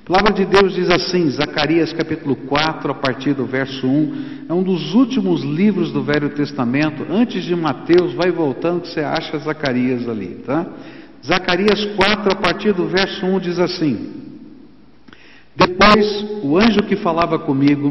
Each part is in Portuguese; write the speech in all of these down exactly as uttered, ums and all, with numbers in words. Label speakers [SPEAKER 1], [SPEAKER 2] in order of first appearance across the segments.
[SPEAKER 1] A palavra de Deus diz assim, Zacarias capítulo quatro, a partir do verso um, é um dos últimos livros do Velho Testamento, antes de Mateus, vai voltando que você acha Zacarias ali, tá? Zacarias quatro, a partir do verso um, diz assim: Depois o anjo que falava comigo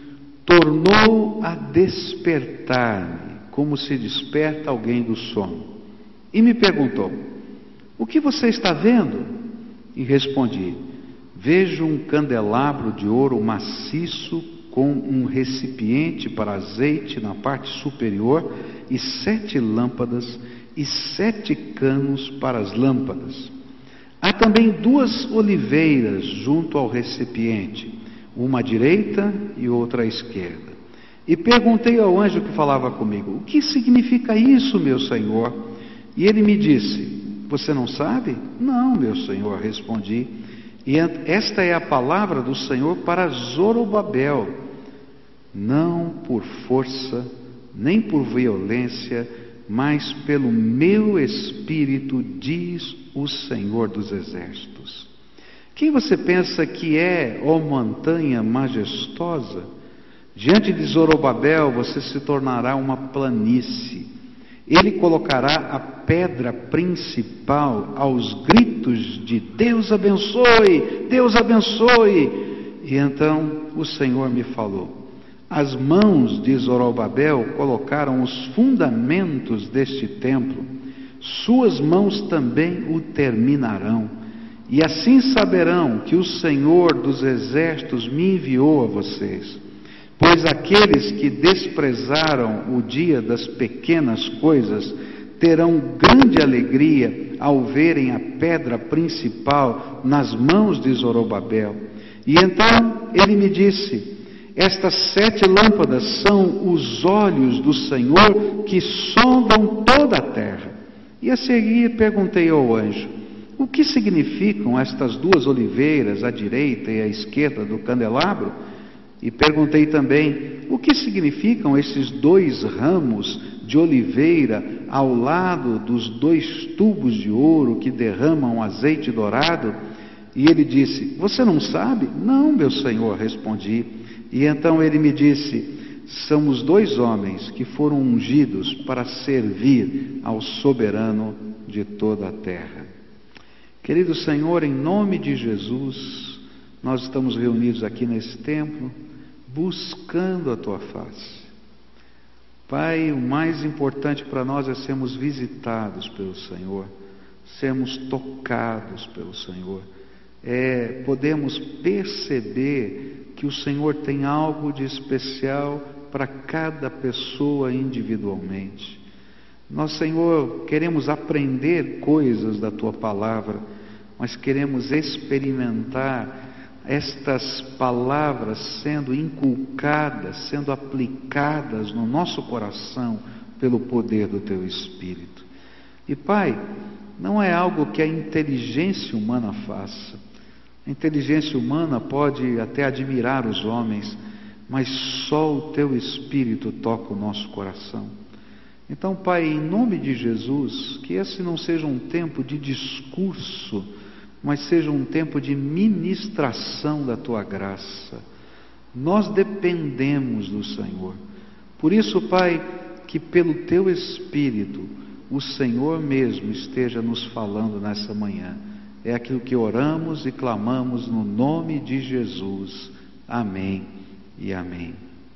[SPEAKER 1] tornou a despertar-me, como se desperta alguém do sono, e me perguntou: O que você está vendo? E respondi: Vejo um candelabro de ouro maciço com um recipiente para azeite na parte superior e sete lâmpadas e sete canos para as lâmpadas. Há também duas oliveiras junto ao recipiente, uma à direita e outra à esquerda. E perguntei ao anjo que falava comigo: O que significa isso, meu senhor? E ele me disse: Você não sabe? Não, meu senhor, respondi. E esta é a palavra do Senhor para Zorobabel: Não por força, nem por violência, mas pelo meu espírito, diz o Senhor dos Exércitos. Quem você pensa que é, ó montanha majestosa? Diante de Zorobabel você se tornará uma planície. Ele colocará a pedra principal aos gritos de Deus abençoe, Deus abençoe. E então o Senhor me falou: As mãos de Zorobabel colocaram os fundamentos deste templo, suas mãos também o terminarão. E assim saberão que o Senhor dos Exércitos me enviou a vocês. Pois aqueles que desprezaram o dia das pequenas coisas terão grande alegria ao verem a pedra principal nas mãos de Zorobabel. E então ele me disse: Estas sete lâmpadas são os olhos do Senhor que sondam toda a terra. E a seguir perguntei ao anjo: O que significam estas duas oliveiras à direita e à esquerda do candelabro? E perguntei também: O que significam esses dois ramos de oliveira ao lado dos dois tubos de ouro que derramam azeite dourado? E ele disse: Você não sabe? Não, meu senhor, respondi. E então ele me disse: São os dois homens que foram ungidos para servir ao soberano de toda a terra. Querido Senhor, em nome de Jesus, nós estamos reunidos aqui nesse templo, buscando a Tua face. Pai, o mais importante para nós é sermos visitados pelo Senhor, sermos tocados pelo Senhor, é podemos perceber que o Senhor tem algo de especial para cada pessoa individualmente. Nós, Senhor, queremos aprender coisas da Tua palavra, mas queremos experimentar estas palavras sendo inculcadas, sendo aplicadas no nosso coração pelo poder do Teu Espírito. E Pai, não é algo que a inteligência humana faça. A inteligência humana pode até admirar os homens, mas só o Teu Espírito toca o nosso coração. Então, Pai, em nome de Jesus, que esse não seja um tempo de discurso, mas seja um tempo de ministração da Tua graça. Nós dependemos do Senhor. Por isso, Pai, que pelo Teu Espírito, o Senhor mesmo esteja nos falando nessa manhã. É aquilo que oramos e clamamos no nome de Jesus. Amém e amém.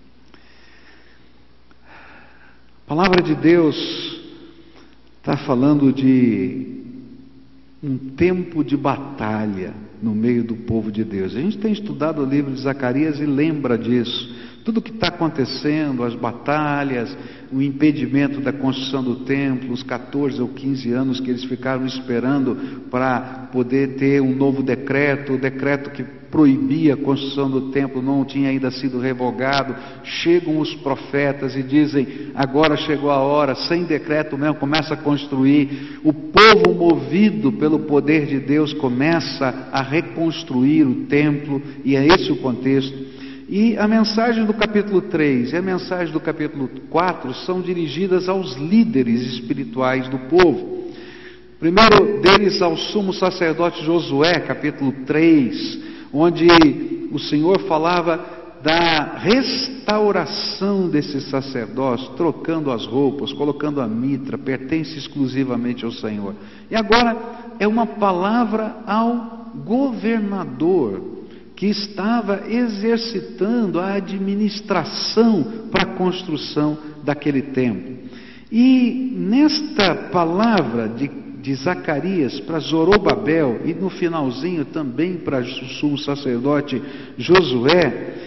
[SPEAKER 1] A palavra de Deus está falando de um tempo de batalha no meio do povo de Deus. A gente tem estudado o livro de Zacarias e lembra disso. Tudo o que está acontecendo, as batalhas, o impedimento da construção do templo, os catorze ou quinze anos que eles ficaram esperando para poder ter um novo decreto, o decreto que proibia a construção do templo não tinha ainda sido revogado. Chegam os profetas e dizem: agora chegou a hora, sem decreto mesmo, começa a construir. O povo, movido pelo poder de Deus, começa a reconstruir o templo, e é esse o contexto. E a mensagem do capítulo três e a mensagem do capítulo quatro são dirigidas aos líderes espirituais do povo. Primeiro deles ao sumo sacerdote Josué, capítulo três, onde o Senhor falava da restauração desse sacerdócio, trocando as roupas, colocando a mitra, pertence exclusivamente ao Senhor. E agora é uma palavra ao governador, que estava exercitando a administração para a construção daquele templo. E nesta palavra de, de Zacarias para Zorobabel, e no finalzinho também para o sumo sacerdote Josué,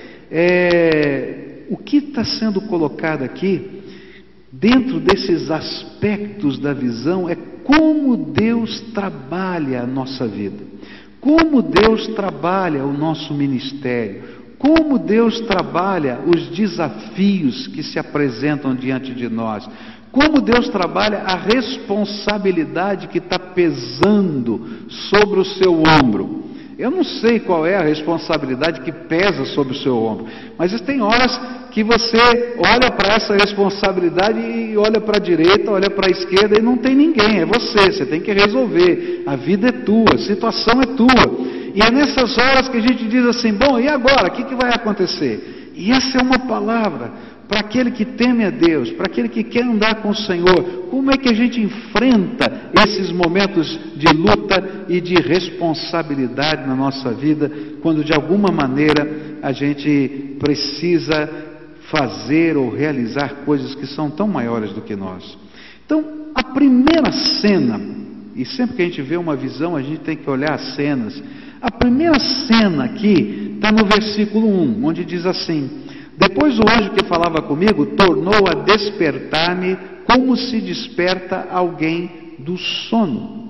[SPEAKER 1] É, o que está sendo colocado aqui, dentro desses aspectos da visão, é como Deus trabalha a nossa vida, como Deus trabalha o nosso ministério, como Deus trabalha os desafios que se apresentam diante de nós, como Deus trabalha a responsabilidade que está pesando sobre o seu ombro. Eu não sei qual é a responsabilidade que pesa sobre o seu ombro, mas tem horas que você olha para essa responsabilidade e olha para a direita, olha para a esquerda e não tem ninguém, é você, você tem que resolver, a vida é tua, a situação é tua, e é nessas horas que a gente diz assim, bom, e agora, o que, que vai acontecer? E essa é uma palavra para aquele que teme a Deus, para aquele que quer andar com o Senhor. Como é que a gente enfrenta esses momentos de luta e de responsabilidade na nossa vida, quando de alguma maneira a gente precisa fazer ou realizar coisas que são tão maiores do que nós? Então, a primeira cena, e sempre que a gente vê uma visão, a gente tem que olhar as cenas. A primeira cena aqui está no versículo um, onde diz assim: depois o anjo que falava comigo tornou a despertar-me como se desperta alguém do sono.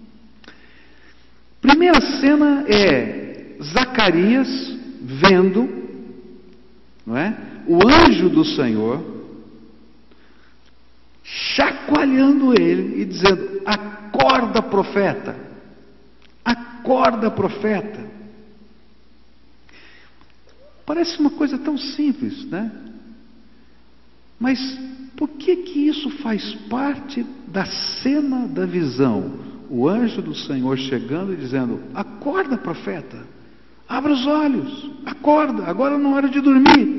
[SPEAKER 1] Primeira cena é Zacarias vendo, não é, o anjo do Senhor chacoalhando ele e dizendo: acorda, profeta, acorda, profeta. Parece uma coisa tão simples, né? Mas por que que isso faz parte da cena da visão? O anjo do Senhor chegando e dizendo: acorda, profeta, abra os olhos, acorda, agora não é hora de dormir.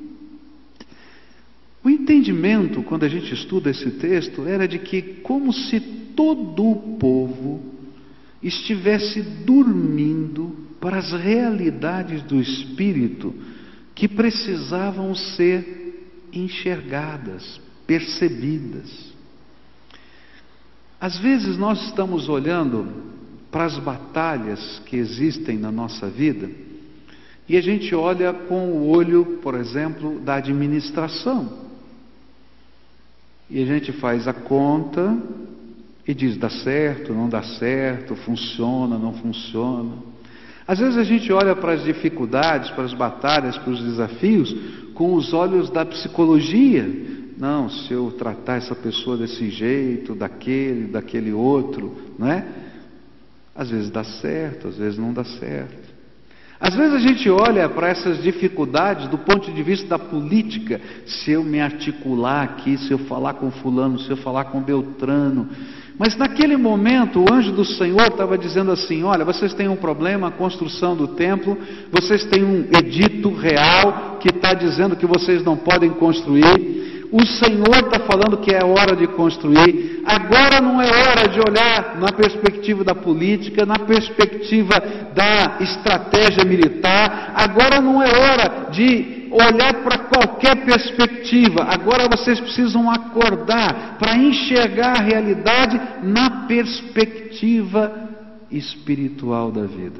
[SPEAKER 1] O entendimento, quando a gente estuda esse texto, era de que como se todo o povo estivesse dormindo para as realidades do Espírito que precisavam ser enxergadas, percebidas. Às vezes nós estamos olhando para as batalhas que existem na nossa vida e a gente olha com o olho, por exemplo, da administração. E a gente faz a conta e diz: dá certo, não dá certo, funciona, não funciona. Às vezes a gente olha para as dificuldades, para as batalhas, para os desafios, com os olhos da psicologia. Não, se eu tratar essa pessoa desse jeito, daquele, daquele outro, não é? Às vezes dá certo, às vezes não dá certo. Às vezes a gente olha para essas dificuldades do ponto de vista da política. Se eu me articular aqui, se eu falar com fulano, se eu falar com Beltrano. Mas naquele momento o anjo do Senhor estava dizendo assim: olha, vocês têm um problema, a construção do templo, vocês têm um edito real que está dizendo que vocês não podem construir. O Senhor está falando que é hora de construir. Agora não é hora de olhar na perspectiva da política, na perspectiva da estratégia militar. Agora não é hora de olhar para qualquer perspectiva. Agora vocês precisam acordar para enxergar a realidade na perspectiva espiritual da vida.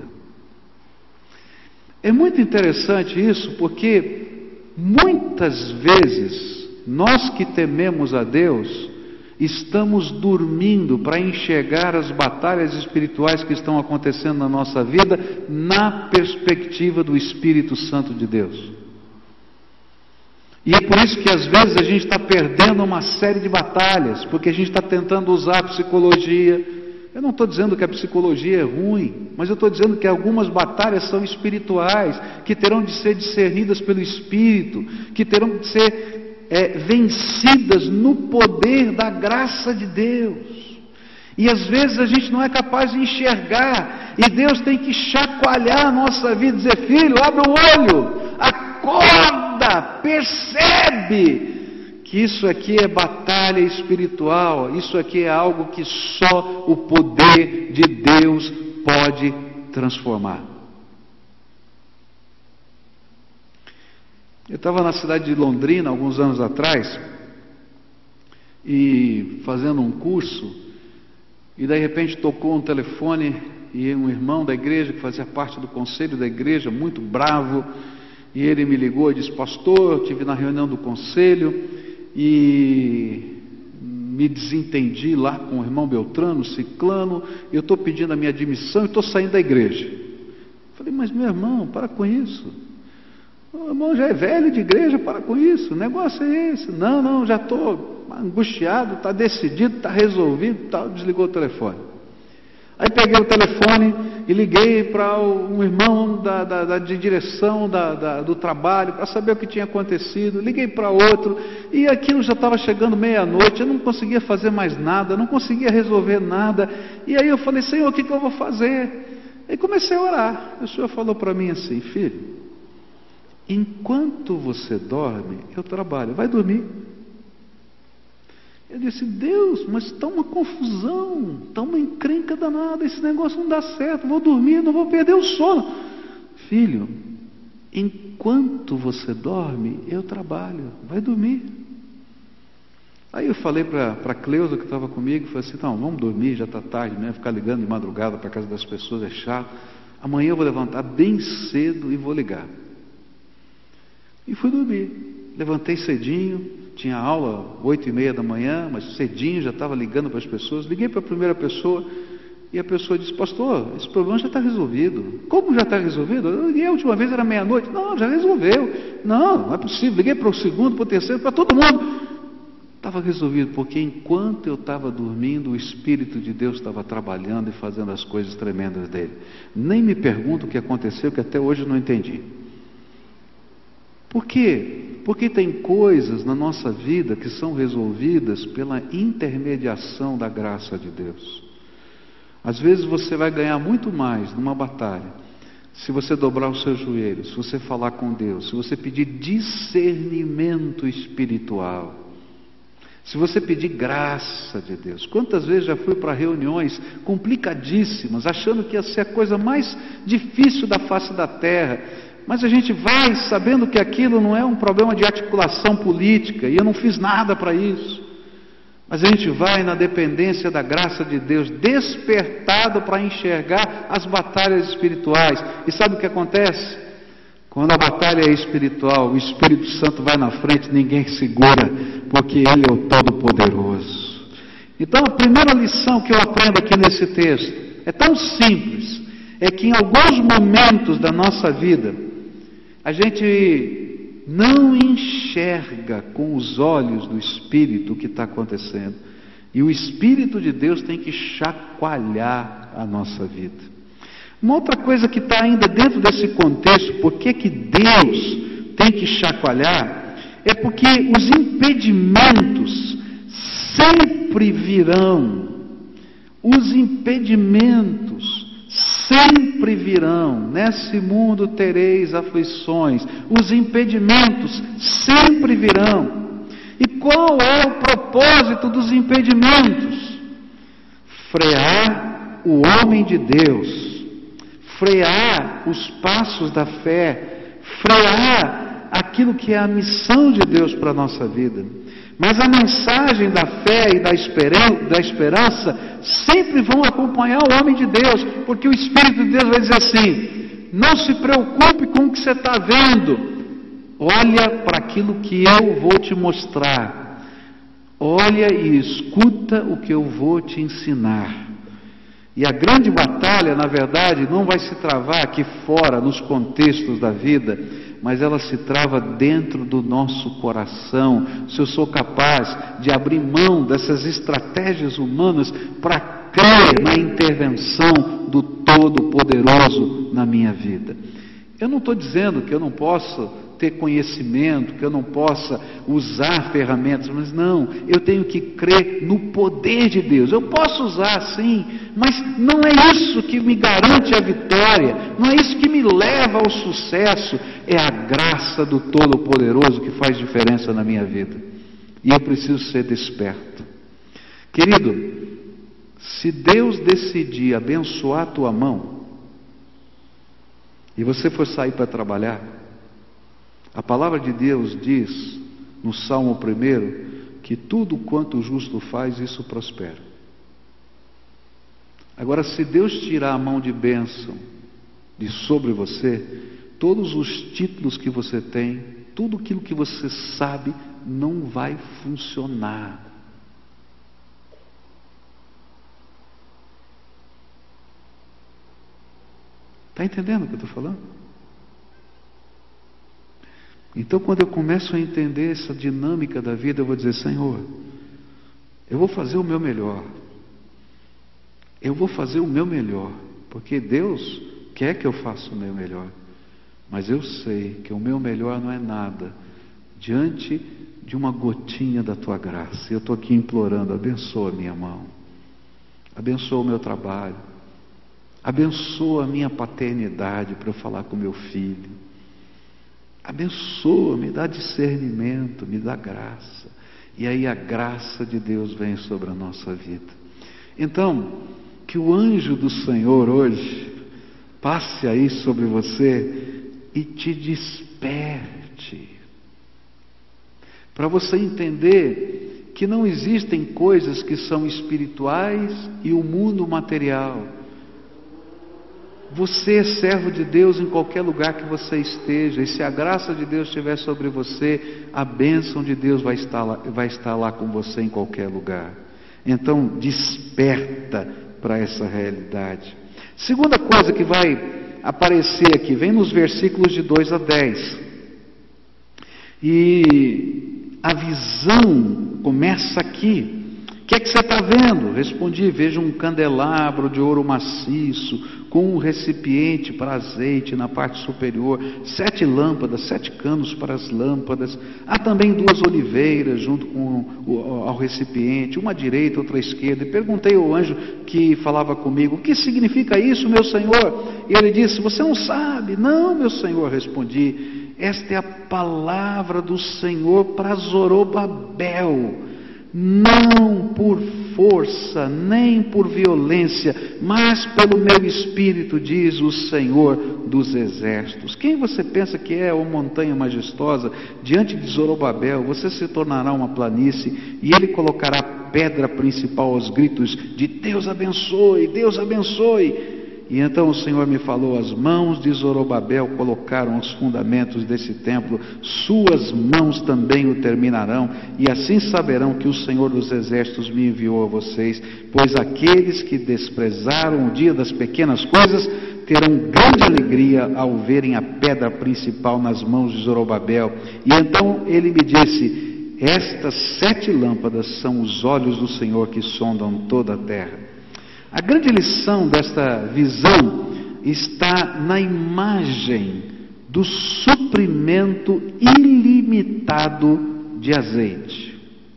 [SPEAKER 1] É muito interessante isso, porque muitas vezes nós que tememos a Deus estamos dormindo para enxergar as batalhas espirituais que estão acontecendo na nossa vida na perspectiva do Espírito Santo de Deus. E é por isso que às vezes a gente está perdendo uma série de batalhas, porque a gente está tentando usar a psicologia. Eu não estou dizendo que a psicologia é ruim, mas eu estou dizendo que algumas batalhas são espirituais, que terão de ser discernidas pelo Espírito, que terão de ser é, vencidas no poder da graça de Deus. E às vezes a gente não é capaz de enxergar, e Deus tem que chacoalhar a nossa vida e dizer: filho, abre o olho, acorda, percebe que isso aqui é batalha espiritual, isso aqui é algo que só o poder de Deus pode transformar. Eu estava na cidade de Londrina alguns anos atrás, e fazendo um curso, e de repente tocou um telefone, e um irmão da igreja, que fazia parte do conselho da igreja, muito bravo, e ele me ligou e disse: pastor, eu estive na reunião do conselho, e me desentendi lá com o irmão Beltrano, Ciclano, e eu estou pedindo a minha admissão e estou saindo da igreja. Falei: mas meu irmão, para com isso. O irmão já é velho de igreja, para com isso, o negócio é esse. Não, não, já estou angustiado, está decidido, está resolvido, tal. Desligou o telefone. Aí peguei o telefone e liguei para um irmão da, da, da, de direção da, da, do trabalho, para saber o que tinha acontecido. Liguei para outro, e aquilo já estava chegando meia-noite, eu não conseguia fazer mais nada, não conseguia resolver nada. E aí eu falei: Senhor, o que, que eu vou fazer? Aí comecei a orar. O Senhor falou para mim assim: filho, enquanto você dorme, eu trabalho. Vai dormir. Eu disse: Deus, mas está uma confusão, está uma encrenca danada, esse negócio não dá certo, vou dormir, não vou perder o sono. Filho, enquanto você dorme, eu trabalho. Vai dormir. Aí eu falei para a Cleusa, que estava comigo, falei assim: não, vamos dormir, já está tarde, né? Ficar ligando de madrugada para a casa das pessoas é chato. Amanhã eu vou levantar bem cedo e vou ligar. E fui dormir. Levantei cedinho, tinha aula oito e meia da manhã, mas cedinho já estava ligando para as pessoas. Liguei para a primeira pessoa e a pessoa disse: pastor, esse problema já está resolvido. Como já está resolvido? Eu liguei a última vez, era meia-noite. Não, já resolveu. Não, não é possível. Liguei para o segundo, para o terceiro, para todo mundo. Estava resolvido, porque enquanto eu estava dormindo, o Espírito de Deus estava trabalhando e fazendo as coisas tremendas dele. Nem me pergunto o que aconteceu, que até hoje eu não entendi. Por quê? Porque tem coisas na nossa vida que são resolvidas pela intermediação da graça de Deus. Às vezes você vai ganhar muito mais numa batalha se você dobrar os seus joelhos, se você falar com Deus, se você pedir discernimento espiritual, se você pedir graça de Deus. Quantas vezes já fui para reuniões complicadíssimas, achando que ia ser a coisa mais difícil da face da terra, mas a gente vai sabendo que aquilo não é um problema de articulação política, e eu não fiz nada para isso. Mas a gente vai na dependência da graça de Deus, despertado para enxergar as batalhas espirituais. E sabe o que acontece? Quando a batalha é espiritual, o Espírito Santo vai na frente, ninguém segura, porque Ele é o Todo-Poderoso. Então a primeira lição que eu aprendo aqui nesse texto é tão simples, é que em alguns momentos da nossa vida, a gente não enxerga com os olhos do Espírito o que está acontecendo. E o Espírito de Deus tem que chacoalhar a nossa vida. Uma outra coisa que está ainda dentro desse contexto, por que que Deus tem que chacoalhar, é porque os impedimentos sempre virão. Os impedimentos sempre virão. Nesse mundo tereis aflições. Os impedimentos sempre virão. E qual é o propósito dos impedimentos? Frear o homem de Deus, frear os passos da fé, frear aquilo que é a missão de Deus para a nossa vida. Mas a mensagem da fé e da esperança, da esperança sempre vão acompanhar o homem de Deus, porque o Espírito de Deus vai dizer assim: não se preocupe com o que você está vendo, olha para aquilo que eu vou te mostrar, olha e escuta o que eu vou te ensinar. E a grande batalha, na verdade, não vai se travar aqui fora, nos contextos da vida, mas ela se trava dentro do nosso coração. Se eu sou capaz de abrir mão dessas estratégias humanas para crer na intervenção do Todo-Poderoso na minha vida. Eu não estou dizendo que eu não posso ter conhecimento, que eu não possa usar ferramentas, mas não, eu tenho que crer no poder de Deus. Eu posso usar sim, mas não é isso que me garante a vitória, não é isso que me leva ao sucesso, é a graça do Todo-Poderoso que faz diferença na minha vida. E eu preciso ser desperto. Querido, se Deus decidir abençoar a tua mão, e você for sair para trabalhar, a palavra de Deus diz, no Salmo primeiro, que tudo quanto o justo faz, isso prospera. Agora, se Deus tirar a mão de bênção de sobre você, todos os títulos que você tem, tudo aquilo que você sabe, não vai funcionar. Está entendendo o que eu estou falando? Então, quando eu começo a entender essa dinâmica da vida, eu vou dizer: Senhor, eu vou fazer o meu melhor. Eu vou fazer o meu melhor, porque Deus quer que eu faça o meu melhor. Mas eu sei que o meu melhor não é nada diante de uma gotinha da tua graça. E eu estou aqui implorando: abençoa a minha mão, abençoa o meu trabalho, abençoa a minha paternidade para eu falar com meu filho, abençoa, me dá discernimento, me dá graça. E aí a graça de Deus vem sobre a nossa vida. Então, que o anjo do Senhor hoje passe aí sobre você e te desperte, para você entender que não existem coisas que são espirituais e o mundo material. Você é servo de Deus em qualquer lugar que você esteja, e se a graça de Deus estiver sobre você, a bênção de Deus vai estar lá, vai estar lá com você em qualquer lugar. Então, desperta para essa realidade. Segunda coisa que vai aparecer aqui, vem nos versículos de dois a dez. E a visão começa aqui. O que é que você está vendo? Respondi: vejo um candelabro de ouro maciço, com um recipiente para azeite na parte superior, sete lâmpadas, sete canos para as lâmpadas. Há também duas oliveiras junto com o ao recipiente, uma à direita, outra à esquerda. E perguntei ao anjo que falava comigo: o que significa isso, meu senhor? E ele disse: você não sabe? Não, meu senhor, respondi. Esta é a palavra do Senhor para Zorobabel. Não por força, nem por violência, mas pelo meu espírito, diz o Senhor dos exércitos. Quem você pensa que é, ó montanha majestosa? Diante de Zorobabel, você se tornará uma planície, e ele colocará a pedra principal aos gritos de Deus abençoe, Deus abençoe. E então o Senhor me falou: as mãos de Zorobabel colocaram os fundamentos desse templo, suas mãos também o terminarão, e assim saberão que o Senhor dos exércitos me enviou a vocês, pois aqueles que desprezaram o dia das pequenas coisas terão grande alegria ao verem a pedra principal nas mãos de Zorobabel. E então ele me disse: estas sete lâmpadas são os olhos do Senhor que sondam toda a terra. A grande lição desta visão está na imagem do suprimento ilimitado de azeite.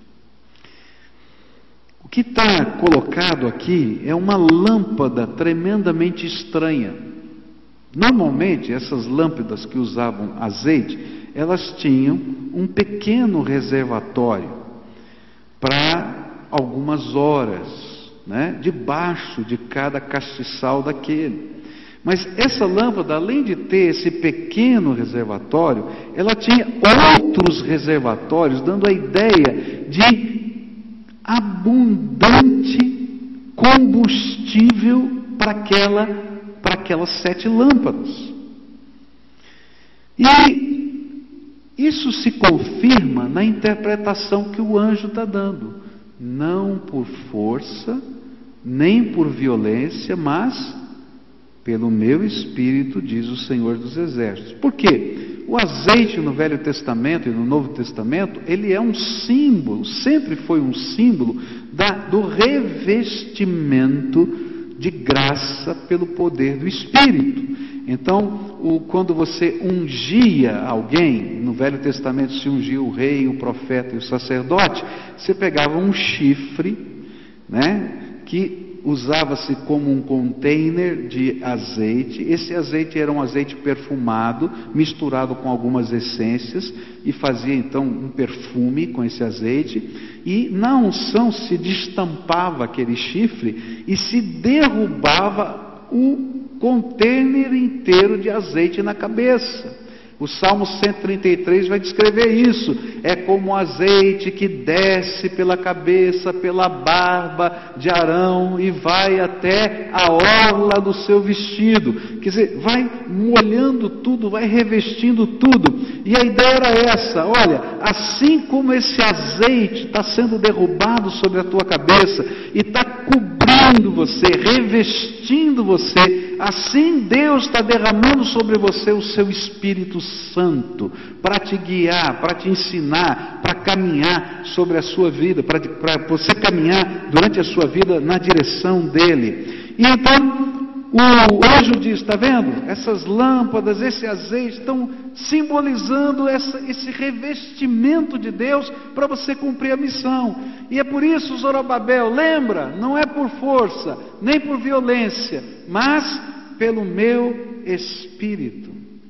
[SPEAKER 1] O que está colocado aqui é uma lâmpada tremendamente estranha. Normalmente, essas lâmpadas que usavam azeite, elas tinham um pequeno reservatório para algumas horas, né, debaixo de cada castiçal daquele. Mas essa lâmpada, além de ter esse pequeno reservatório, ela tinha outros reservatórios, dando a ideia de abundante combustível para aquela, para aquelas sete lâmpadas. E isso se confirma na interpretação que o anjo está dando. Não por força, nem por violência, mas pelo meu espírito, diz o Senhor dos exércitos. Por quê? O azeite no Velho Testamento e no Novo Testamento, ele é um símbolo, sempre foi um símbolo da, do revestimento de graça pelo poder do Espírito. Então, o, quando você ungia alguém, no Velho Testamento se ungia o rei, o profeta e o sacerdote, você pegava um chifre, né, que usava-se como um container de azeite. Esse azeite era um azeite perfumado, misturado com algumas essências, e fazia então um perfume com esse azeite, e na unção se destampava aquele chifre e se derrubava o container inteiro de azeite na cabeça. O Salmo cento e trinta e três vai descrever isso. É como o azeite que desce pela cabeça, pela barba de Arão e vai até a orla do seu vestido. Quer dizer, vai molhando tudo, vai revestindo tudo. E a ideia era essa: olha, assim como esse azeite está sendo derrubado sobre a tua cabeça e está cobrindo você, revestindo você, assim Deus está derramando sobre você o seu Espírito Santo, para te guiar, para te ensinar, para caminhar sobre a sua vida, para, para você caminhar durante a sua vida na direção dele. E então o anjo diz, está vendo? Essas lâmpadas, esse azeite estão simbolizando essa, esse revestimento de Deus para você cumprir a missão. E é por isso, Zorobabel, lembra, não é por força, nem por violência, mas pelo meu Espírito.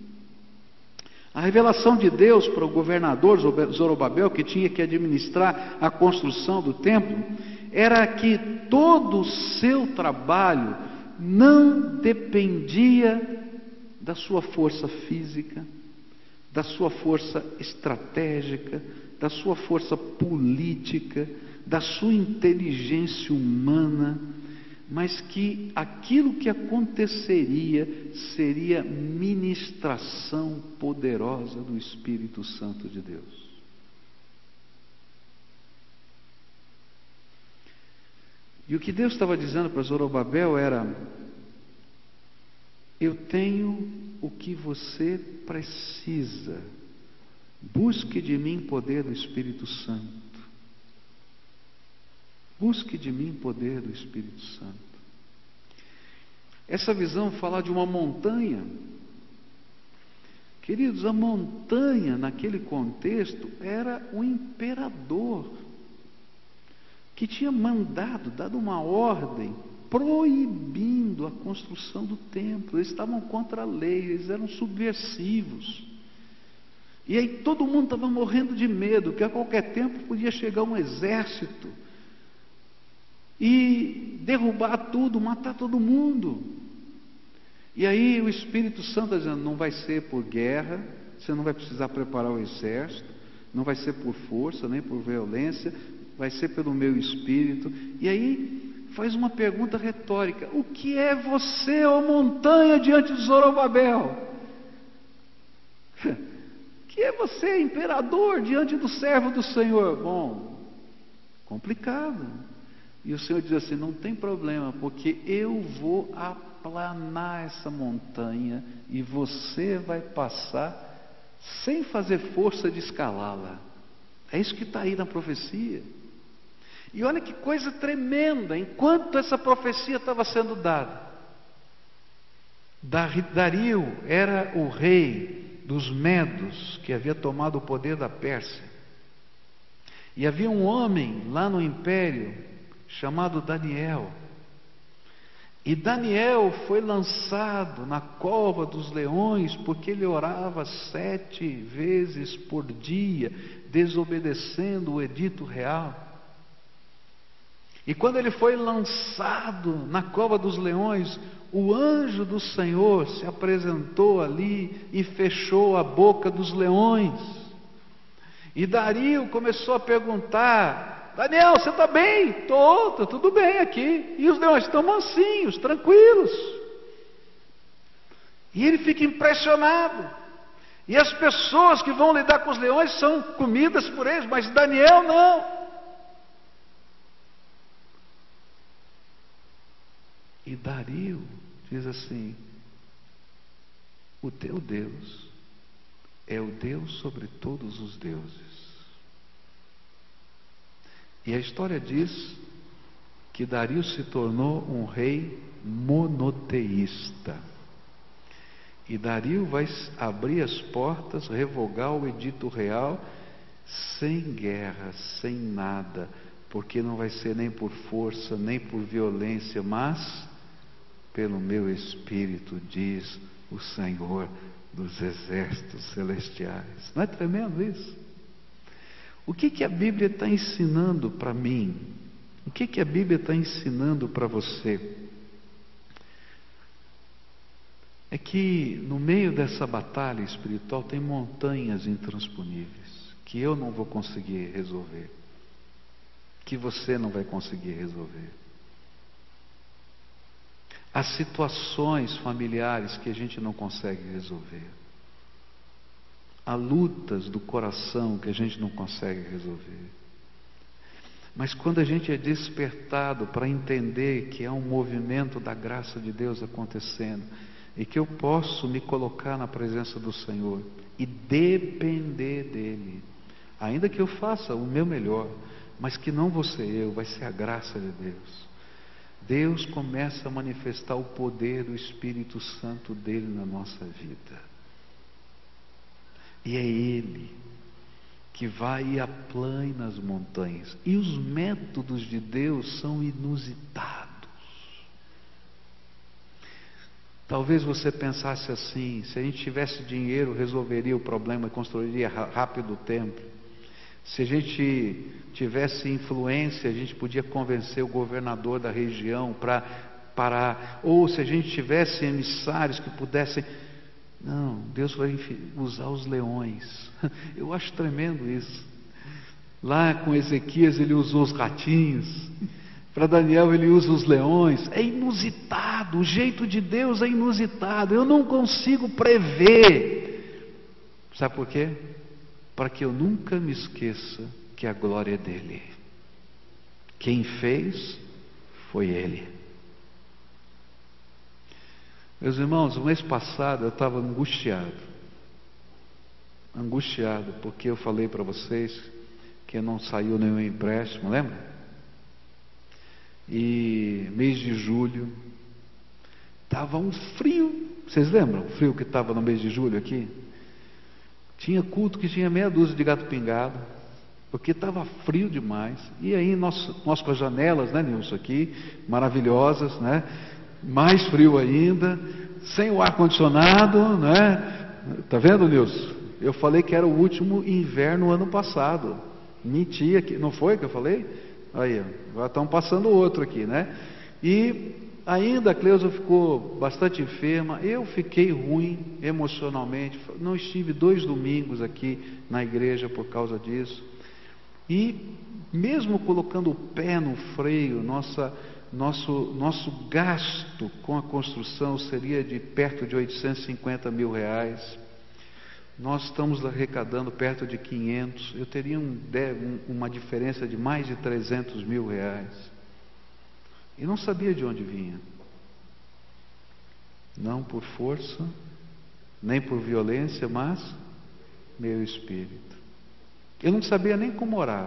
[SPEAKER 1] A revelação de Deus para o governador Zorobabel, que tinha que administrar a construção do templo, era que todo o seu trabalho não dependia da sua força física, da sua força estratégica, da sua força política, da sua inteligência humana, mas que aquilo que aconteceria seria ministração poderosa do Espírito Santo de Deus. E o que Deus estava dizendo para Zorobabel era: eu tenho o que você precisa, busque de mim poder do Espírito Santo. Busque de mim poder do Espírito Santo. Essa visão fala de uma montanha. Queridos, a montanha naquele contexto era o imperador, que tinha mandado, dado uma ordem, proibindo a construção do templo. Eles estavam contra a lei, eles eram subversivos. E aí todo mundo estava morrendo de medo, que a qualquer tempo podia chegar um exército e derrubar tudo, matar todo mundo. E aí o Espírito Santo está dizendo: não vai ser por guerra, você não vai precisar preparar o exército, não vai ser por força, nem por violência, vai ser pelo meu Espírito. E aí faz uma pergunta retórica: o que é você, ó montanha, diante de Zorobabel? O que é você, imperador, diante do servo do Senhor? Bom, complicado. E o Senhor diz assim: não tem problema, porque eu vou aplanar essa montanha e você vai passar sem fazer força de escalá-la. É isso que está aí na profecia. E olha que coisa tremenda, enquanto essa profecia estava sendo dada, Dario era o rei dos Medos, que havia tomado o poder da Pérsia. E havia um homem lá no império chamado Daniel. E Daniel foi lançado na cova dos leões porque ele orava sete vezes por dia, desobedecendo o edito real. E quando ele foi lançado na cova dos leões, o anjo do Senhor se apresentou ali e fechou a boca dos leões. E Dario começou a perguntar: Daniel, você está bem? Estou, está tudo bem aqui. E os leões estão mansinhos, tranquilos. E ele fica impressionado. E as pessoas que vão lidar com os leões são comidas por eles, mas Daniel não. E Dario diz assim: o teu Deus é o Deus sobre todos os deuses. E a história diz que Dario se tornou um rei monoteísta. E Dario vai abrir as portas, revogar o edito real, sem guerra, sem nada, porque não vai ser nem por força, nem por violência, mas pelo meu Espírito, diz o Senhor dos exércitos celestiais. Não é tremendo isso? O que que a Bíblia está ensinando para mim? O que que a Bíblia está ensinando para você? É que no meio dessa batalha espiritual tem montanhas intransponíveis, que eu não vou conseguir resolver, que você não vai conseguir resolver. Há situações familiares que a gente não consegue resolver. Há lutas do coração que a gente não consegue resolver. Mas quando a gente é despertado para entender que há um movimento da graça de Deus acontecendo, e que eu posso me colocar na presença do Senhor e depender dEle, ainda que eu faça o meu melhor, mas que não vou ser eu, vai ser a graça de Deus. Deus começa a manifestar o poder do Espírito Santo dele na nossa vida. E é Ele que vai e aplana nas montanhas. E os métodos de Deus são inusitados. Talvez você pensasse assim: se a gente tivesse dinheiro, resolveria o problema e construiria rápido o templo. Se a gente tivesse influência, a gente podia convencer o governador da região para parar. Ou se a gente tivesse emissários que pudessem... Não, Deus vai usar os leões. Eu acho tremendo isso. Lá com Ezequias ele usou os ratinhos. Para Daniel ele usa os leões. É inusitado, o jeito de Deus é inusitado. Eu não consigo prever. Sabe por quê? Para que eu nunca me esqueça que a glória é dele. Quem fez foi ele. Meus irmãos, o mês passado eu estava angustiado. Angustiado, porque eu falei para vocês que não saiu nenhum empréstimo, lembra? E mês de julho estava um frio. Vocês lembram o frio que estava no mês de julho aqui? Tinha culto que tinha meia dúzia de gato pingado, porque estava frio demais. E aí nós, nós com as janelas, né, Nilson, aqui, maravilhosas, né? Mais frio ainda, sem o ar-condicionado, né? Tá vendo, Nilson? Eu falei que era o último inverno ano passado. Mentia, que não foi que eu falei? Aí, agora estão passando outro aqui, né? E ainda a Cleusa ficou bastante enferma, eu fiquei ruim emocionalmente, não estive dois domingos aqui na igreja por causa disso. E mesmo colocando o pé no freio, nossa, nosso, nosso gasto com a construção seria de perto de oitocentos e cinquenta mil reais. Nós estamos arrecadando perto de quinhentos, eu teria um, uma diferença de mais de trezentos mil reais. E não sabia de onde vinha. Não por força, nem por violência, mas meu espírito. Eu não sabia nem como orar.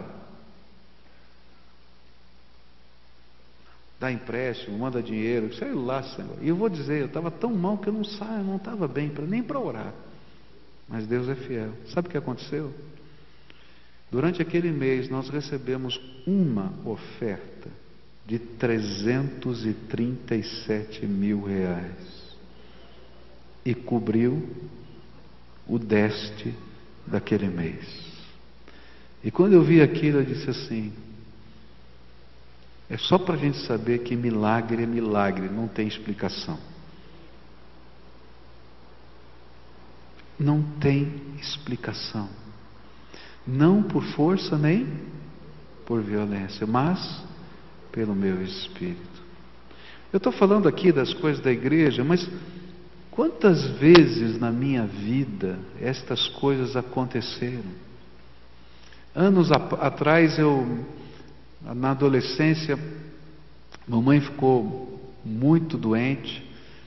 [SPEAKER 1] Dá empréstimo, manda dinheiro, sei lá, Senhor. E eu vou dizer, eu estava tão mal que eu não saio, não estava bem, pra, nem para orar. Mas Deus é fiel. Sabe o que aconteceu? Durante aquele mês nós recebemos uma oferta de trezentos e trinta e sete mil reais e cobriu o deste daquele mês. E quando eu vi aquilo eu disse assim: é só para a gente saber que milagre é milagre, não tem explicação. Não tem explicação. Não por força nem por violência, mas pelo meu espírito. Eu estou falando aqui das coisas da igreja, mas quantas vezes na minha vida estas coisas aconteceram? Anos atrás, eu, na adolescência, mamãe ficou muito doente.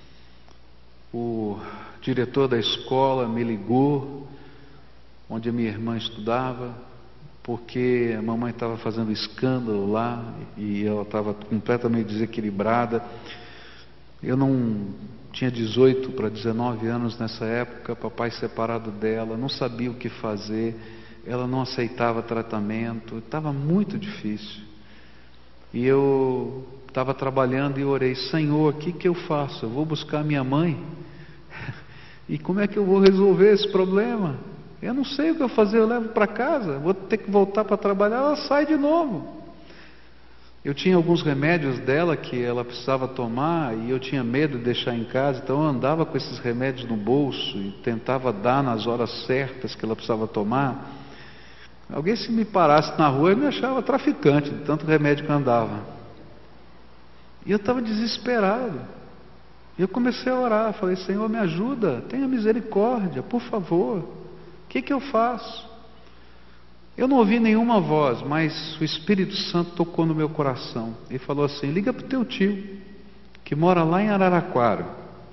[SPEAKER 1] O diretor da escola me ligou, onde a minha irmã estudava, porque a mamãe estava fazendo escândalo lá e ela estava completamente desequilibrada. Eu não tinha dezoito para dezenove anos nessa época, papai separado dela, não sabia o que fazer, ela não aceitava tratamento, estava muito difícil. E eu estava trabalhando e orei: Senhor, o que que eu faço? Eu vou buscar minha mãe? E como é que eu vou resolver esse problema? Eu não sei o que eu vou fazer, eu levo para casa, vou ter que voltar para trabalhar, ela sai de novo. Eu tinha alguns remédios dela que ela precisava tomar e eu tinha medo de deixar em casa, então eu andava com esses remédios no bolso e tentava dar nas horas certas que ela precisava tomar. Alguém se me parasse na rua, eu me achava traficante de tanto remédio que eu andava. E eu estava desesperado. E eu comecei a orar, falei: Senhor, me ajuda, tenha misericórdia, por favor. O que que eu faço? Eu não ouvi nenhuma voz, mas o Espírito Santo tocou no meu coração e falou assim: liga para o teu tio, que mora lá em Araraquara.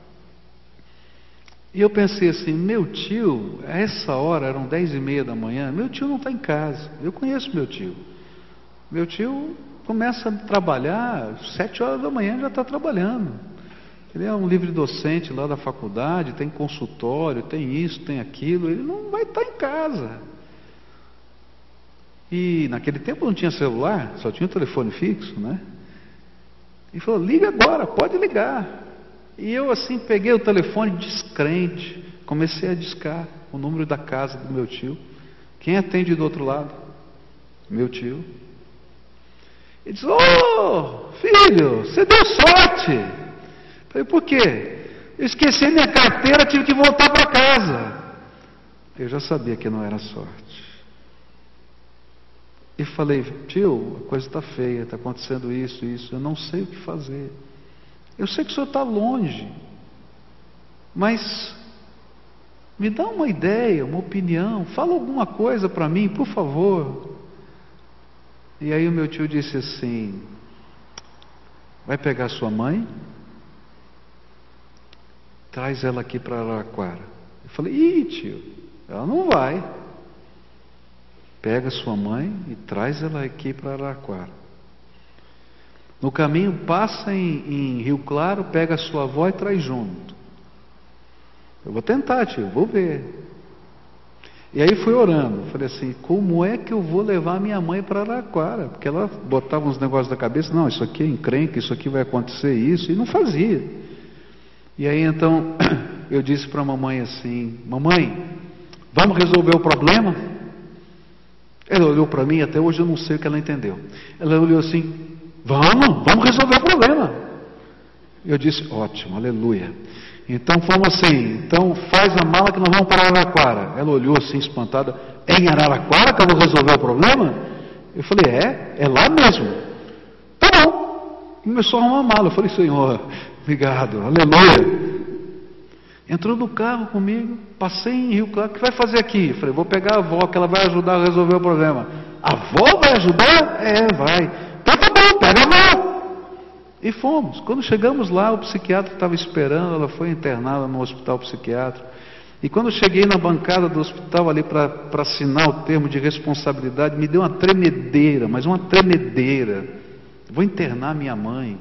[SPEAKER 1] E eu pensei assim: meu tio, a essa hora, eram dez e meia da manhã, meu tio não está em casa. Eu conheço meu tio. Meu tio começa a trabalhar, sete horas da manhã já está trabalhando. Ele é um livre docente lá da faculdade, tem consultório, tem isso, tem aquilo. Ele não vai estar em casa. E naquele tempo não tinha celular, só tinha o telefone fixo, né? E falou: liga agora, pode ligar. E eu assim peguei o telefone descrente, comecei a discar o número da casa do meu tio. Quem atende do outro lado? Meu tio. Ele disse: ô filho, você deu sorte. Falei: por quê? Eu esqueci minha carteira, tive que voltar para casa. Eu já sabia que não era sorte. E falei: tio, a coisa está feia, está acontecendo isso, isso, eu não sei o que fazer. Eu sei que o senhor está longe, mas me dá uma ideia, uma opinião, fala alguma coisa para mim, por favor. E aí o meu tio disse assim: vai pegar sua mãe, traz ela aqui para Araraquara. Eu falei: ih, tio, ela não vai. Pega sua mãe e traz ela aqui para Araraquara. No caminho passa em, em Rio Claro, pega a sua avó e traz junto. Eu vou tentar, tio, vou ver. E aí fui orando, falei assim: como é que eu vou levar minha mãe para Araraquara? Porque ela botava uns negócios da cabeça: não, isso aqui é encrenca, isso aqui vai acontecer isso, e não fazia. E aí então eu disse para a mamãe assim: mamãe, vamos resolver o problema? Ela olhou para mim, até hoje eu não sei o que ela entendeu. Ela olhou assim: vamos, vamos resolver o problema. Eu disse: ótimo, aleluia. Então fomos assim: então faz a mala que nós vamos para Araraquara. Ela olhou assim espantada: é em Araraquara que eu vou resolver o problema? Eu falei: é, é lá mesmo. Tá bom. Começou a arrumar a mala. Eu falei: Senhor, obrigado, aleluia. Entrou no carro comigo, passei em Rio Claro. O que vai fazer aqui? Eu falei: vou pegar a avó, que ela vai ajudar a resolver o problema. A avó vai ajudar? É, vai. Então tá bom, pega a mão. E fomos. Quando chegamos lá, o psiquiatra estava esperando, ela foi internada no hospital psiquiátrico. E quando eu cheguei na bancada do hospital ali para assinar o termo de responsabilidade, me deu uma tremedeira, mas uma tremedeira. Vou internar minha mãe.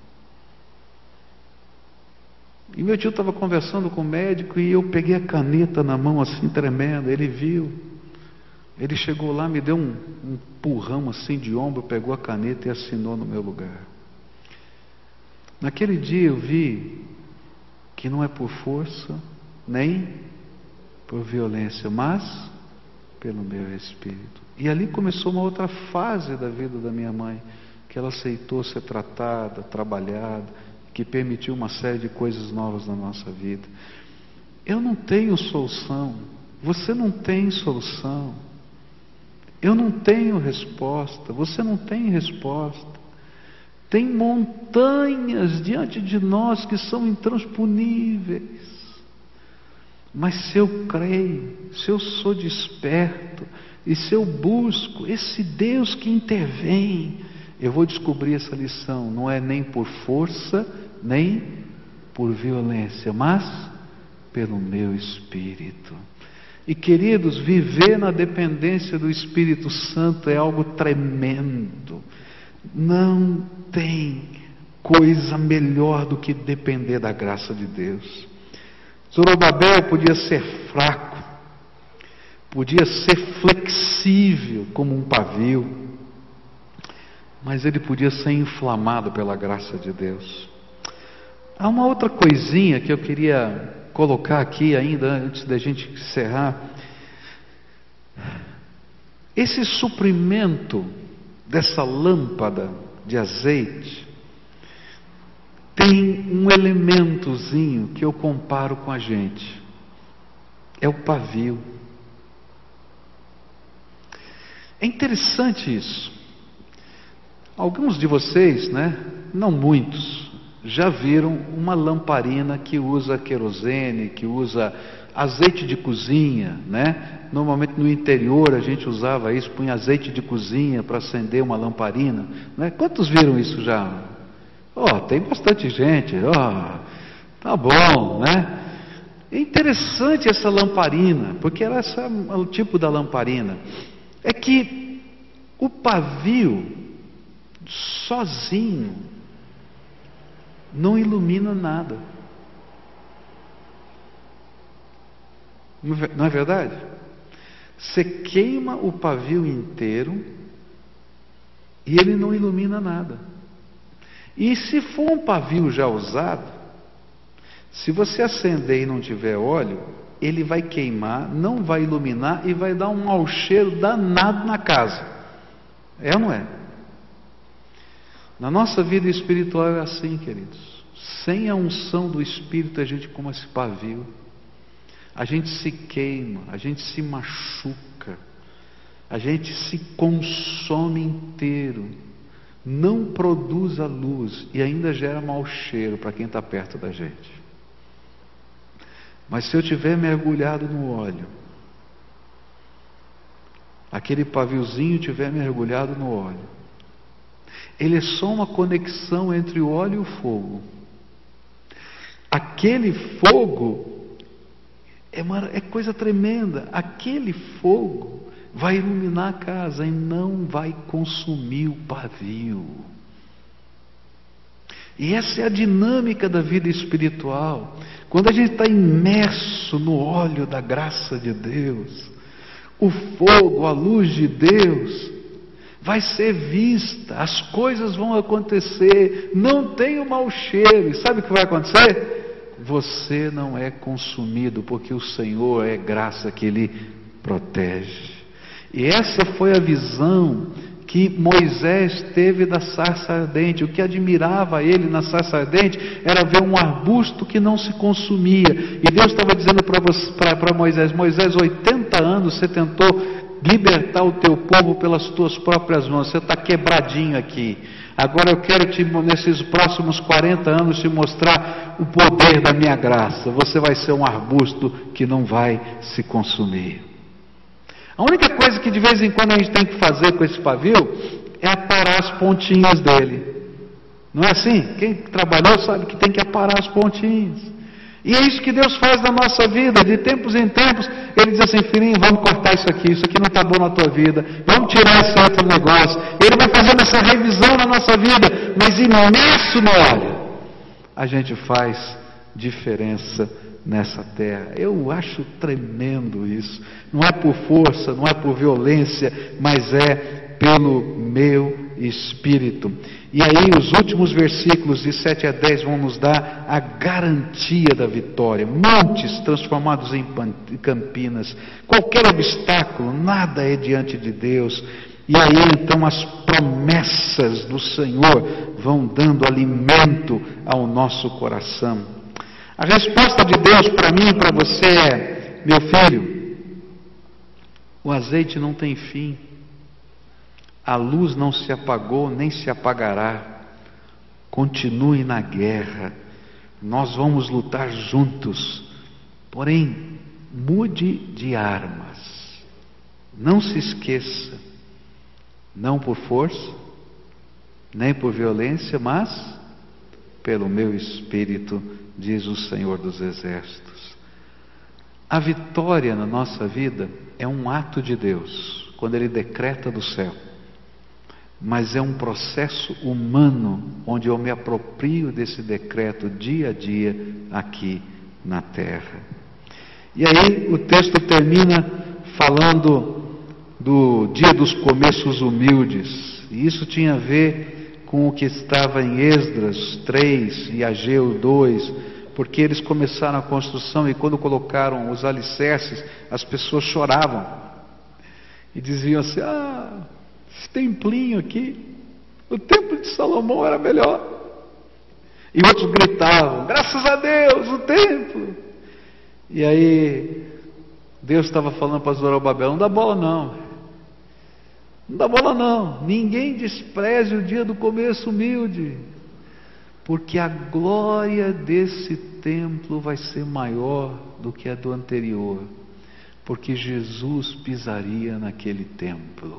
[SPEAKER 1] E meu tio estava conversando com o médico e eu peguei a caneta na mão assim, tremendo. Ele viu. Ele chegou lá, me deu um, um empurrão assim de ombro, pegou a caneta e assinou no meu lugar. Naquele dia eu vi que não é por força, nem por violência, mas pelo meu espírito. E ali começou uma outra fase da vida da minha mãe, que ela aceitou ser tratada, trabalhada, que permitiu uma série de coisas novas na nossa vida. Eu não tenho solução, você não tem solução, eu não tenho resposta, você não tem resposta. Tem montanhas diante de nós que são intransponíveis, mas se eu creio, se eu sou desperto, e se eu busco esse Deus que intervém, eu vou descobrir essa lição. Não é nem por força, nem por violência, mas pelo meu Espírito. E queridos, viver na dependência do Espírito Santo é algo tremendo. Não tem coisa melhor do que depender da graça de Deus. Zorobabel podia ser fraco, podia ser flexível como um pavio, mas ele podia ser inflamado pela graça de Deus. Há uma outra coisinha que eu queria colocar aqui ainda antes da gente encerrar. Esse suprimento dessa lâmpada de azeite tem um elementozinho que eu comparo com a gente. É o pavio. É interessante isso. Alguns de vocês, né, não muitos, já viram uma lamparina que usa querosene, que usa azeite de cozinha, né? Normalmente no interior a gente usava isso, punha azeite de cozinha para acender uma lamparina, né? Quantos viram isso já? Oh, tem bastante gente. Oh, tá bom, né? É interessante essa lamparina, porque era essa, o tipo da lamparina. É que o pavio sozinho não ilumina nada. Não é verdade? Você queima o pavio inteiro e ele não ilumina nada. E se for um pavio já usado, se você acender e não tiver óleo, ele vai queimar, não vai iluminar e vai dar um mau cheiro danado na casa. É ou não é? Na nossa vida espiritual é assim, queridos. Sem a unção do Espírito a gente como esse pavio. A gente se queima, a gente se machuca, a gente se consome inteiro, não produz a luz e ainda gera mau cheiro para quem está perto da gente. Mas se eu tiver mergulhado no óleo, aquele paviozinho tiver mergulhado no óleo, ele é só uma conexão entre o óleo e o fogo. Aquele fogo É, uma, é coisa tremenda. Aquele fogo vai iluminar a casa e não vai consumir o pavio. E essa é a dinâmica da vida espiritual. Quando a gente está imerso no óleo da graça de Deus, o fogo, a luz de Deus, vai ser vista, as coisas vão acontecer, não tem o mau cheiro. E sabe o que vai acontecer? Você não é consumido, porque o Senhor é graça que Ele protege. E essa foi a visão que Moisés teve da sarça ardente. O que admirava ele na sarça ardente era ver um arbusto que não se consumia. E Deus estava dizendo para Moisés: Moisés, oitenta anos você tentou libertar o teu povo pelas tuas próprias mãos, você está quebradinho aqui. Agora eu quero te, nesses próximos quarenta anos, te mostrar o poder da minha graça. Você vai ser um arbusto que não vai se consumir. A única coisa que de vez em quando a gente tem que fazer com esse pavio é aparar as pontinhas dele. Não é assim? Quem trabalhou sabe que tem que aparar as pontinhas. E é isso que Deus faz na nossa vida. De tempos em tempos, Ele diz assim: filhinho, vamos cortar isso aqui, isso aqui não está bom na tua vida, vamos tirar esse outro negócio. Ele vai fazendo essa revisão na nossa vida, mas imerso no óleo, a gente faz diferença nessa terra. Eu acho tremendo isso. Não é por força, não é por violência, mas é pelo meu Espírito. E aí os últimos versículos de sete a dez vão nos dar a garantia da vitória. Montes transformados em campinas, qualquer obstáculo, nada é diante de Deus. E aí então as promessas do Senhor vão dando alimento ao nosso coração. A resposta de Deus para mim e para você é: meu filho, o azeite não tem fim. A luz não se apagou, nem se apagará. Continue na guerra. Nós vamos lutar juntos. Porém, mude de armas. Não se esqueça. Não por força, nem por violência, mas pelo meu Espírito, diz o Senhor dos Exércitos. A vitória na nossa vida é um ato de Deus, quando Ele decreta do céu. mas é um processo humano, onde eu me aproprio desse decreto dia a dia aqui na terra. E aí o texto termina falando do dia dos começos humildes, e isso tinha a ver com o que estava em Esdras três e Ageu dois, porque eles começaram a construção e quando colocaram os alicerces, as pessoas choravam e diziam assim: ah, esse templinho aqui, o templo de Salomão era melhor. E outros gritavam: graças a Deus, o templo. E aí Deus estava falando para Zorobabel: não dá bola não, não dá bola não, ninguém despreze o dia do começo humilde, porque a glória desse templo vai ser maior do que a do anterior, porque Jesus pisaria naquele templo.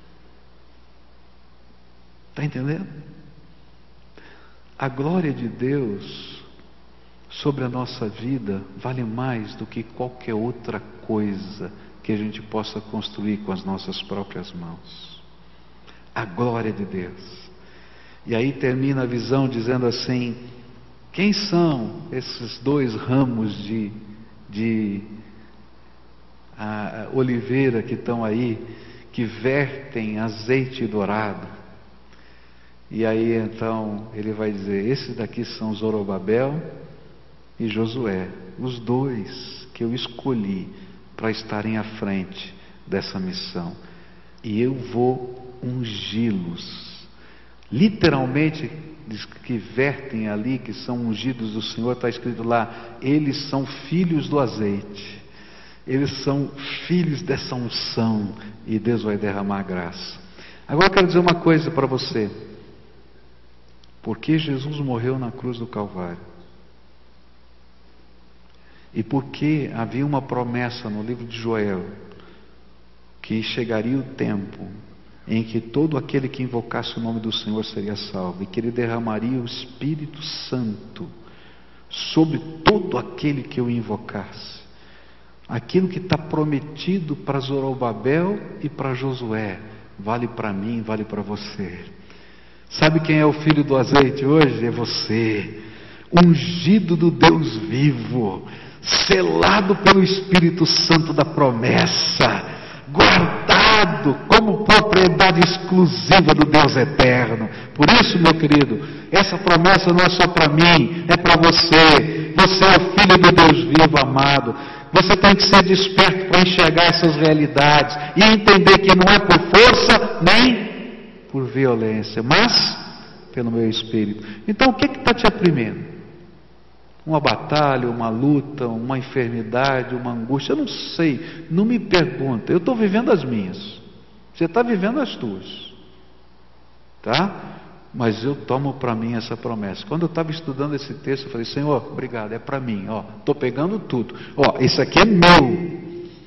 [SPEAKER 1] Está entendendo? A glória de Deus sobre a nossa vida vale mais do que qualquer outra coisa que a gente possa construir com as nossas próprias mãos. A glória de Deus. E aí termina a visão dizendo assim: quem são esses dois ramos de, de a, a oliveira que estão aí, que vertem azeite dourado? E aí então ele vai dizer: esses daqui são Zorobabel e Josué, os dois que eu escolhi para estarem à frente dessa missão, e eu vou ungí-los. Literalmente diz que vertem ali, que são ungidos do Senhor, está escrito lá: eles são filhos do azeite, eles são filhos dessa unção, e Deus vai derramar graça. Agora eu quero dizer uma coisa para você: por que Jesus morreu na cruz do Calvário? E porque havia uma promessa no livro de Joel, que chegaria o tempo em que todo aquele que invocasse o nome do Senhor seria salvo, e que Ele derramaria o Espírito Santo sobre todo aquele que o invocasse. Aquilo que está prometido para Zorobabel e para Josué, vale para mim, vale para você. Sabe quem é o filho do azeite hoje? É você, ungido do Deus vivo, selado pelo Espírito Santo da promessa, guardado como propriedade exclusiva do Deus eterno. Por isso, meu querido, essa promessa não é só para mim, é para você. Você é o filho do Deus vivo, amado. Você tem que ser desperto para enxergar essas realidades e entender que não é por força nem por violência, mas pelo meu Espírito. Então o que está te oprimindo? Uma batalha, uma luta, uma enfermidade, uma angústia? Eu não sei, não me pergunta. Eu estou vivendo as minhas, você está vivendo as tuas, tá? Mas eu tomo para mim essa promessa. Quando eu estava estudando esse texto, eu falei: Senhor, obrigado, é para mim, ó, estou pegando tudo, ó, isso aqui é meu,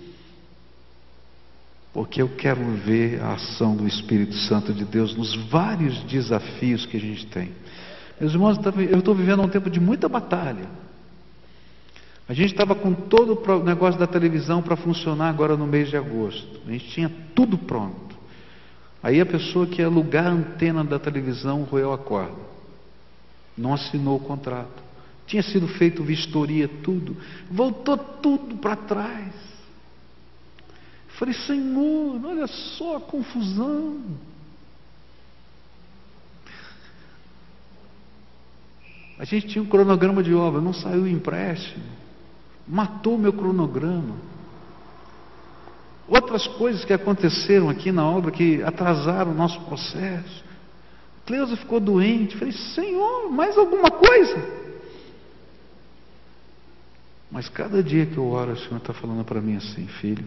[SPEAKER 1] porque eu quero ver a ação do Espírito Santo de Deus nos vários desafios que a gente tem. Meus irmãos, eu estou vivendo um tempo de muita batalha. A gente estava com todo o negócio da televisão para funcionar agora no mês de agosto. A gente tinha tudo pronto. Aí a pessoa que ia alugar a antena da televisão roeu a corda, não assinou o contrato. Tinha sido feito vistoria, tudo. Voltou tudo para trás. Falei: Senhor, olha só a confusão. A gente tinha um cronograma de obra, não saiu o empréstimo, matou o meu cronograma. Outras coisas que aconteceram aqui na obra que atrasaram o nosso processo. Cleusa ficou doente. Falei: Senhor, mais alguma coisa? Mas cada dia que eu oro, o Senhor está falando para mim assim: filho,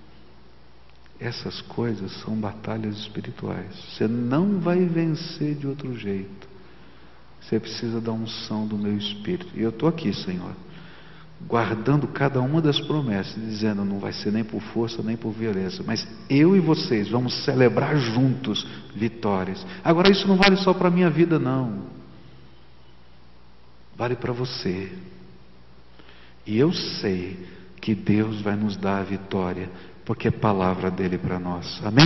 [SPEAKER 1] essas coisas são batalhas espirituais. Você não vai vencer de outro jeito. Você precisa da unção do meu Espírito. E eu estou aqui, Senhor, guardando cada uma das promessas, dizendo: não vai ser nem por força, nem por violência, mas eu e vocês vamos celebrar juntos vitórias. Agora, isso não vale só para a minha vida, não. Vale para você. E eu sei que Deus vai nos dar a vitória, porque é palavra dele para nós. Amém?